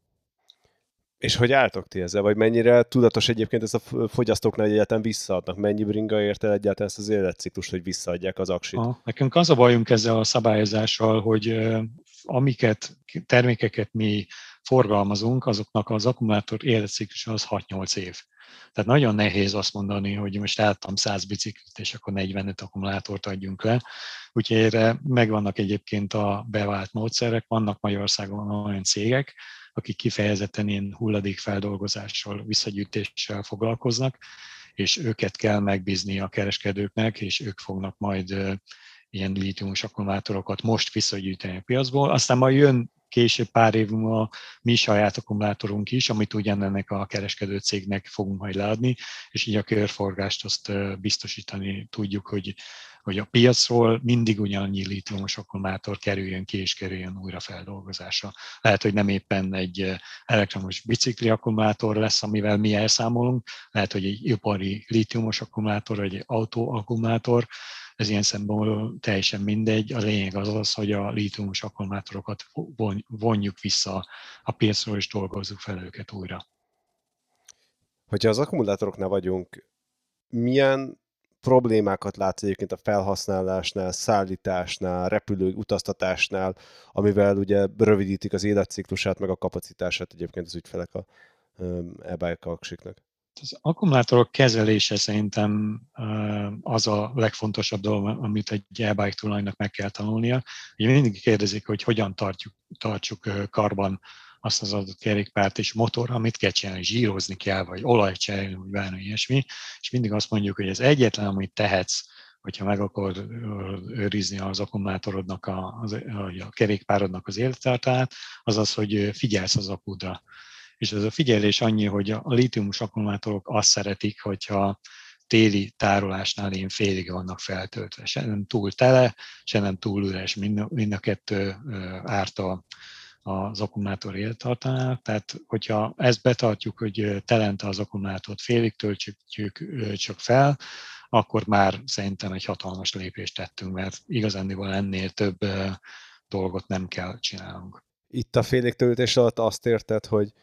És hogy álltok ti ezzel, vagy mennyire tudatos egyébként ez a fogyasztóknál, hogy egyáltalán visszaadnak? Mennyi bringa ért el egyáltalán ezt az életciklust, hogy visszaadják az aksit? Ha, nekünk az a bajunk ezzel a szabályozással, hogy amiket, termékeket mi forgalmazunk, azoknak az akkumulátor életciklusa az hat-nyolc év. Tehát nagyon nehéz azt mondani, hogy most eladtam száz biciklit, és akkor negyvenöt akkumulátort adjunk le. Úgyhogy erre megvannak egyébként a bevált módszerek, vannak Magyarországon olyan cégek, akik kifejezetten ilyen hulladékfeldolgozással, visszagyűjtéssel foglalkoznak, és őket kell megbízni a kereskedőknek, és ők fognak majd ilyen lítiumos akkumulátorokat most visszagyűjteni a piacból. Aztán majd jön később pár év múlva mi saját akkumulátorunk is, amit ugyanennek a kereskedő cégnek fogunk majd leadni, és így a körforgást azt biztosítani tudjuk, hogy, hogy a piacról mindig ugyanannyi lítiumos akkumulátor kerüljön ki és kerüljön újra feldolgozásra. Lehet, hogy nem éppen egy elektromos bicikli akkumulátor lesz, amivel mi elszámolunk, lehet, hogy egy ipari lítiumos akkumulátor, vagy egy autó akkumulátor, ez ilyen szempontból teljesen mindegy. A lényeg az az, hogy a lítiumos akkumulátorokat vonjuk vissza a piacról, és dolgozzuk fel őket újra. Hogyha az akkumulátoroknál vagyunk, milyen problémákat látsz egyébként a felhasználásnál, szállításnál, repülő utaztatásnál, amivel ugye rövidítik az életciklusát, meg a kapacitását egyébként az ügyfelek a e-bike aksiknak? Az akkumulátorok kezelése szerintem az a legfontosabb dolog, amit egy e-bike tulajnak meg kell tanulnia. Ugye mindig kérdezik, hogy hogyan tartjuk, tartsuk karban azt az adott kerékpárt és motor, amit kell csinálni, zsírozni kell, vagy olajt cserélni, vagy bármi ilyesmi. És mindig azt mondjuk, hogy ez egyetlen, amit tehetsz, hogyha meg akar őrizni az akkumulátorodnak, a, a kerékpárodnak az élettartalát, az az, hogy figyelsz az akudra. És ez a figyelés annyi, hogy a lítiumos akkumulátorok azt szeretik, hogyha téli tárolásnál ilyen félig vannak feltöltve. Se nem túl tele, se nem túl üres, mind, mind a kettő árt az akkumulátor élettartalmának. Tehát, hogyha ezt betartjuk, hogy telente az akkumulátort félig töltsük csak fel, akkor már szerintem egy hatalmas lépést tettünk, mert igazándiból ennél több dolgot nem kell csinálnunk. Itt a félig töltés alatt azt érted, hogy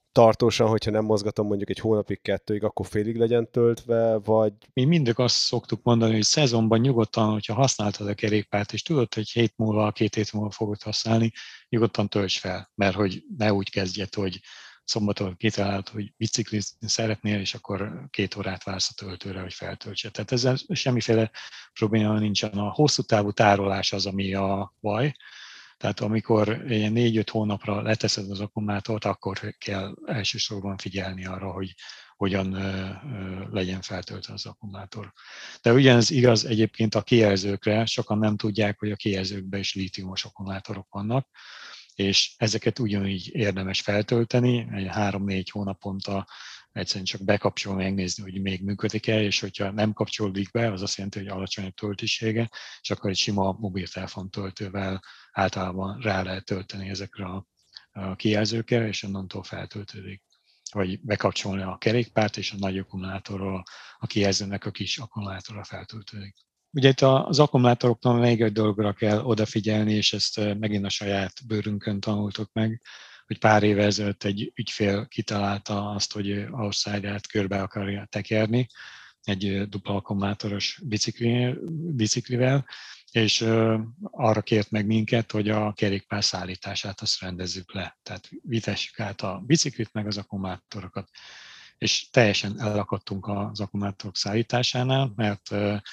tartósan, hogyha nem mozgatom mondjuk egy hónapig, kettőig, akkor félig legyen töltve, vagy... Mi mindig azt szoktuk mondani, hogy szezonban nyugodtan, hogyha használtad a kerékpárt, és tudod, hogy hét múlva, két hét múlva fogod használni, nyugodtan tölts fel, mert hogy ne úgy kezdjed, hogy szombaton kitalálod, hogy biciklizni szeretnél, és akkor két órát vársz a töltőre, hogy feltöltse. Tehát ezzel semmiféle probléma nincsen. A hosszú távú tárolás az, ami a baj. Tehát amikor ilyen négy-öt hónapra leteszed az akkumulátort, akkor kell elsősorban figyelni arra, hogy hogyan legyen feltöltve az akkumulátor. De ugyanez igaz egyébként a kijelzőkre, sokan nem tudják, hogy a kijelzőkben is lítiumos akkumulátorok vannak, és ezeket ugyanígy érdemes feltölteni, egy három-négy hónaponta egyszerűen csak bekapcsolni, megnézni, hogy még működik-e, és hogyha nem kapcsolódik be, az azt jelenti, hogy alacsony a töltősége, és akkor egy sima mobiltelefon töltővel általában rá lehet tölteni ezekre a, a kijelzőkre, és onnantól feltöltődik. Vagy bekapcsolni a kerékpárt, és a nagy akkumulátorról a kijelzőnek a kis akkumulátorra feltöltődik. Ugye itt az akkumulátoroknál még egy dologra kell odafigyelni, és ezt megint a saját bőrünkön tanultuk meg, hogy pár évvel ezelőtt egy ügyfél kitalálta azt, hogy Ausztráliát körbe akarja tekerni egy dupla akkumulátoros bicikli, biciklivel, és arra kért meg minket, hogy a kerékpár szállítását azt rendezzük le. Tehát vitessük át a biciklit, meg az akkumulátorokat. És teljesen elakadtunk az akkumulátorok szállításánál, mert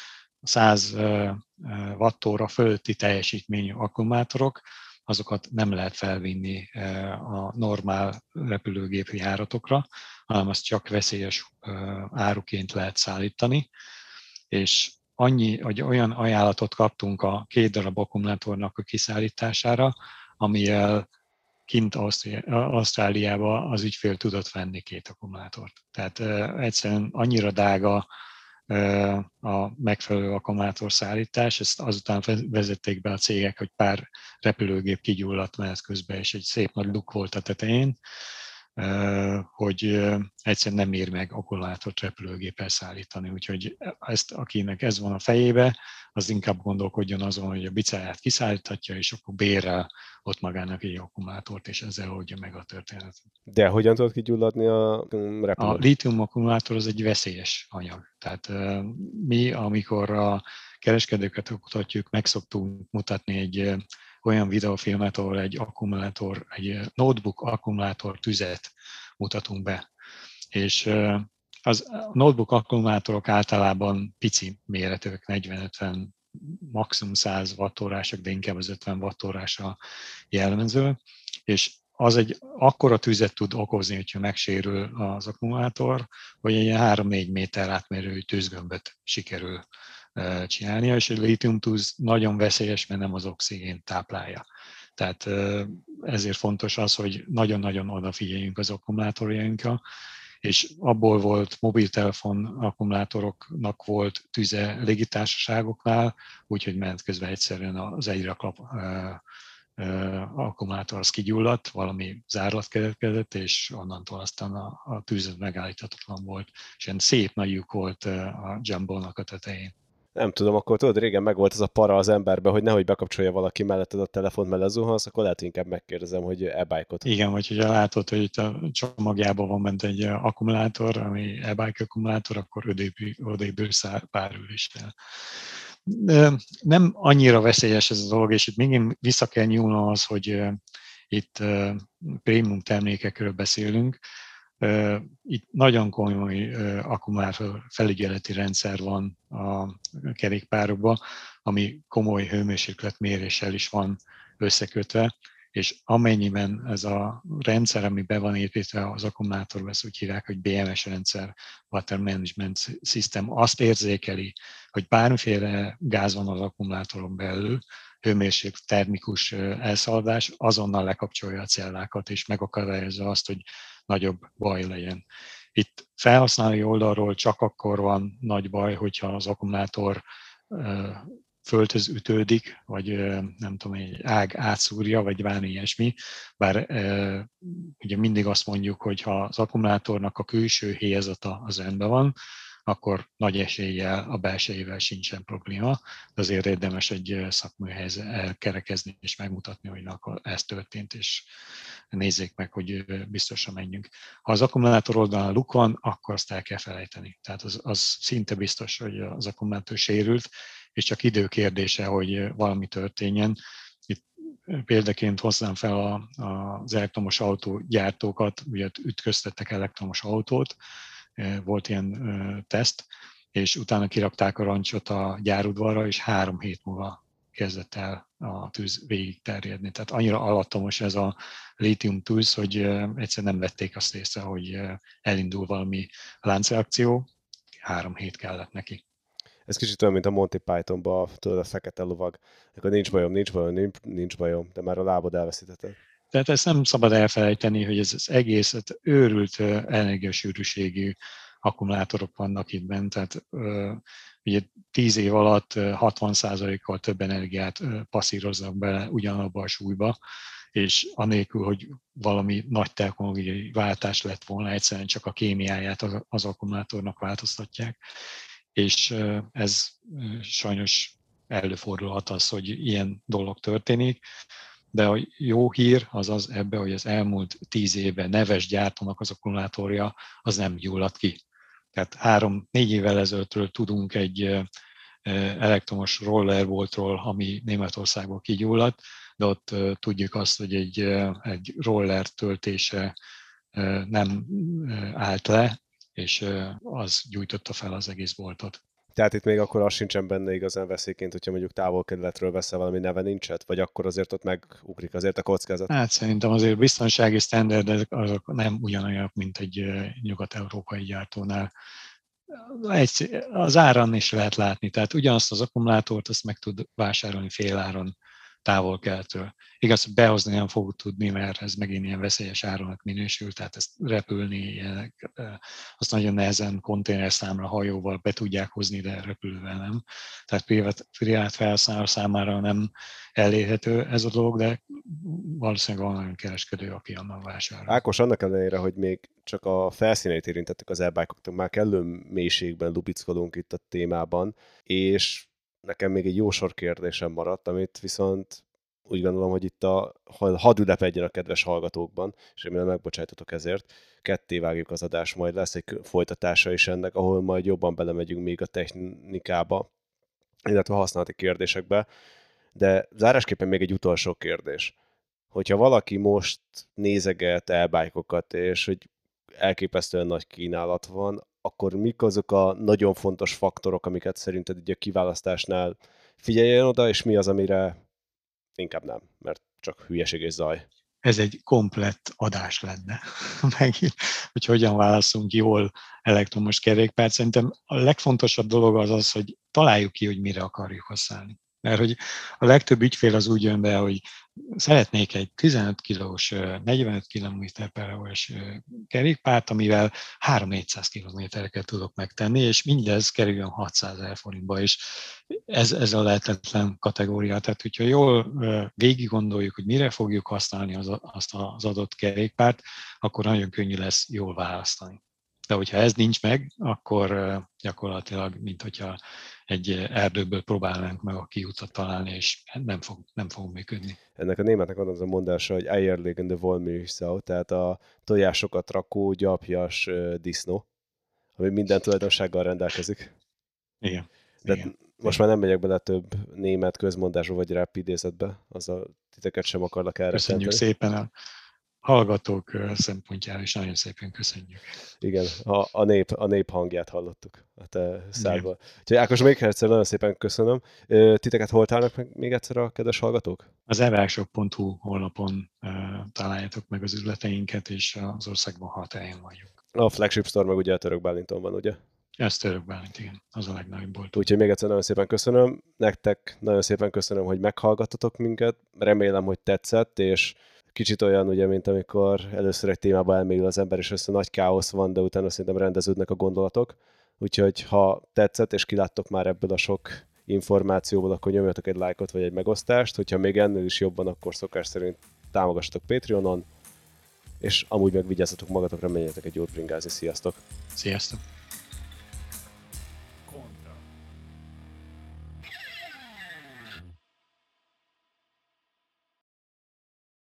száz wattóra fölötti teljesítményű akkumulátorok, azokat nem lehet felvinni a normál repülőgépi járatokra, hanem azt csak veszélyes áruként lehet szállítani, és annyi, hogy olyan ajánlatot kaptunk a két darab akkumulátornak a kiszállítására, amivel kint Ausztráliába az ügyfél tudott venni két akkumulátort. Tehát egyszerűen annyira drága a megfelelő akkumulátorszállítás, ezt azután vezették be a cégek, hogy pár repülőgép kigyulladt menet közben, és egy szép nagy luk volt a tetején, hogy egyszerűen nem ér meg akkumulátort repülőgéppel szállítani. Úgyhogy ezt, akinek ez van a fejébe, az inkább gondolkodjon azon, hogy a bicáját kiszállíthatja, és akkor bérel ott magának egy akkumulátort, és ezzel oldja meg a történetet. De hogyan tudod kigyulladni a repülőt? A lítium akkumulátor az egy veszélyes anyag. Tehát mi, amikor a kereskedőket oktatjuk, meg szoktunk mutatni egy olyan videófilmet, ahol egy akkumulátor, egy notebook akkumulátor tüzet mutatunk be. És az a notebook akkumulátorok általában pici méretűek, negyven-ötven, maximum száz wattórások, de inkább az ötven wattórása jellemző, és az egy akkora tüzet tud okozni, hogyha megsérül az akkumulátor, hogy egy három-négy méter átmérő tűzgömböt sikerül csinálnia, és a lítiumtűz nagyon veszélyes, mert nem az oxigént táplálja. Tehát ezért fontos az, hogy nagyon-nagyon odafigyeljünk az akkumulátorjainkra, és abból volt mobiltelefon akkumulátoroknak volt tüze légitársaságoknál, úgyhogy menet közben egyszerűen az egyraklap akkumulátor az kigyulladt, valami zárlat keletkezett, és onnantól aztán a, a tűz megállíthatatlan volt, és ilyen szép nagy lyuk volt a Jumbo-nak a tetején. Nem tudom, akkor tudod, régen megvolt ez a para az emberbe, hogy nehogy bekapcsolja valaki melletted a telefont, mert lezuhansz, akkor lehet inkább megkérdezem, hogy e-bike-ot. Igen, vagy hogyha látod, hogy itt a csomagjában van bent egy akkumulátor, ami e-bike akkumulátor, akkor odéből párül is el. Nem annyira veszélyes ez a dolog, és itt még vissza kell nyúlnom az, hogy itt prémium termékekről beszélünk. Itt nagyon komoly akkumulátor felügyeleti rendszer van a kerékpárokban, ami komoly hőmérsékletméréssel is van összekötve, és amennyiben ez a rendszer, ami be van építve az akkumulátorba, ezt úgy hívják, hogy bé em es rendszer, Water Management System, azt érzékeli, hogy bármiféle gáz van az akkumulátoron belül, hőmérséklet, termikus elszaladás, azonnal lekapcsolja a cellákat, és megakadályozza azt, hogy nagyobb baj legyen. Itt felhasználói oldalról csak akkor van nagy baj, hogyha az akkumulátor földhöz ütődik, vagy nem tudom, egy ág átszúrja, vagy bármi ilyesmi. Bár ugye mindig azt mondjuk, hogy ha az akkumulátornak a külső héjazata az rendben van, akkor nagy eséllyel a belsejével sincsen probléma, de azért érdemes egy szakműhelyhez elkerekezni és megmutatni, hogy akkor ez történt, és nézzék meg, hogy biztosan menjünk. Ha az akkumulátor oldalán luk van, akkor azt el kell felejteni. Tehát az, az szinte biztos, hogy az akkumulátor sérült, és csak idő kérdése, hogy valami történjen. Itt példaként hozzám fel a, az elektromos autógyártókat, ugye ütköztettek elektromos autót, volt ilyen teszt, és utána kirakták a rancsot a gyárudvarra, és három hét múlva kezdett el a tűz végig terjedni. Tehát annyira alattomos ez a lítium tűz, hogy egyszerűen nem vették azt észre, hogy elindul valami láncreakció, három hét kellett neki. Ez kicsit olyan, mint a Monty Pythonban, tudod, a fekete lovag. Akkor nincs bajom, nincs bajom, nincs, nincs bajom, de már a lábad elveszítetted. Tehát ezt nem szabad elfelejteni, hogy ez az egész hát őrült energiasűrűségű akkumulátorok vannak itt bent, tehát ugye tíz év alatt hatvan százalékkal több energiát passzíroznak bele ugyanabba a súlyba, és anélkül, hogy valami nagy technológiai váltás lett volna, egyszerűen csak a kémiáját az akkumulátornak változtatják, és ez sajnos előfordulhat az, hogy ilyen dolog történik, de a jó hír az az ebbe, hogy az elmúlt tíz évben neves gyártónak az akkumulátorja az nem gyulladt ki. Tehát három-négy évvel ezelőttről tudunk egy elektromos rollerboltról, ami Németországból kigyulladt, de ott tudjuk azt, hogy egy, egy roller töltése nem állt le, és az gyújtotta fel az egész boltot. Tehát itt még akkor az sincsen benne igazán veszélyként, hogyha mondjuk távol-keleletről veszel valami neve nincset, vagy akkor azért ott megugrik azért a kockázat? Hát szerintem azért biztonsági sztenderdek azok nem ugyanolyanok, mint egy nyugat-európai gyártónál. Az áron is lehet látni, tehát ugyanazt az akkumulátort azt meg tud vásárolni féláron távol-keletről. Igaz, hogy behozni nem fogod tudni, mert ez megint ilyen veszélyes áronnak minősül, tehát ezt repülni, ilyenek, azt nagyon nehezen konténerszámra, hajóval be tudják hozni, de repülővel nem. Tehát privát, privát felhasználó számára nem elérhető ez a dolog, de valószínűleg van olyan kereskedő, aki annak vásárol. Ákos, annak ellenére, hogy még csak a felszíneit érintettük az e-bike-oknak, már kellő mélységben lubickolunk itt a témában, és nekem még egy jó sor kérdésem maradt, amit viszont úgy gondolom, hogy itt a hadd ülepedjen a kedves hallgatókban, és remélem megbocsájtatok ezért, ketté vágjuk az adást, majd lesz egy folytatása is ennek, ahol majd jobban belemegyünk még a technikába, illetve a használati kérdésekbe, de zárásképpen még egy utolsó kérdés. Hogyha valaki most nézeget e-bike-okat, és hogy elképesztően nagy kínálat van, akkor mik azok a nagyon fontos faktorok, amiket szerinted így a kiválasztásnál figyeljen oda, és mi az, amire inkább nem, mert csak hülyeség és zaj. Ez egy komplett adás lenne, megint, hogy hogyan válaszunk jól elektromos kerékpárt. Szerintem a legfontosabb dolog az az, hogy találjuk ki, hogy mire akarjuk használni. Mert hogy a legtöbb ügyfél az úgy jön be, hogy szeretnék egy tizenöt kilós, negyvenöt kilométer per órás kerékpárt, amivel három-négyszáz kilométereket tudok megtenni, és mindez kerüljön hatszázezer forintba, és ez, ez a lehetetlen kategória. Tehát, hogyha jól végig gondoljuk, hogy mire fogjuk használni az, azt az adott kerékpárt, akkor nagyon könnyű lesz jól választani. De hogyha ez nincs meg, akkor gyakorlatilag, mint hogyha egy erdőből próbálnánk meg a kiutat találni, és nem fog, nem fog működni. Ennek a németnek van az a mondása, hogy eierlegende Wollmilchsau, tehát a tojásokat rakó, gyapjas disznó, ami minden tulajdonsággal rendelkezik. Igen. De igen. most igen. már nem megyek bele a több német közmondásba vagy rap idézetbe, azzal titeket sem akarlak erre. Köszönjük szépen a hallgatók szempontjára is nagyon szépen köszönjük. Igen, a, a, nép, a nép hangját hallottuk a te szádból. Úgyhogy Ákos, még egyszer nagyon szépen köszönöm. Titeket hol találnak meg még egyszer a kedves hallgatók? Az evágshop pont hu honlapon uh, találjátok meg az üzleteinket, és az országban hat helyen vagyunk. A flagship store meg ugye a Török Bálinton van, ugye? Ez Török Bálint, igen. Az a legnagyobb bolt. Úgyhogy még egyszer nagyon szépen köszönöm. Nektek nagyon szépen köszönöm, hogy meghallgattatok minket. Remélem, hogy tetszett, és kicsit olyan, ugye, mint amikor először egy témába elmélyül az ember, és össze nagy káosz van, de utána szerintem rendeződnek a gondolatok. Úgyhogy ha tetszett, és kiláttok már ebből a sok információból, akkor nyomjatok egy lájkot vagy egy megosztást. Hogyha még ennél is jobban, akkor szokás szerint támogassatok Patreonon, és amúgy meg vigyázzatok magatokra, menjetek egy jót bringázni. Sziasztok! Sziasztok!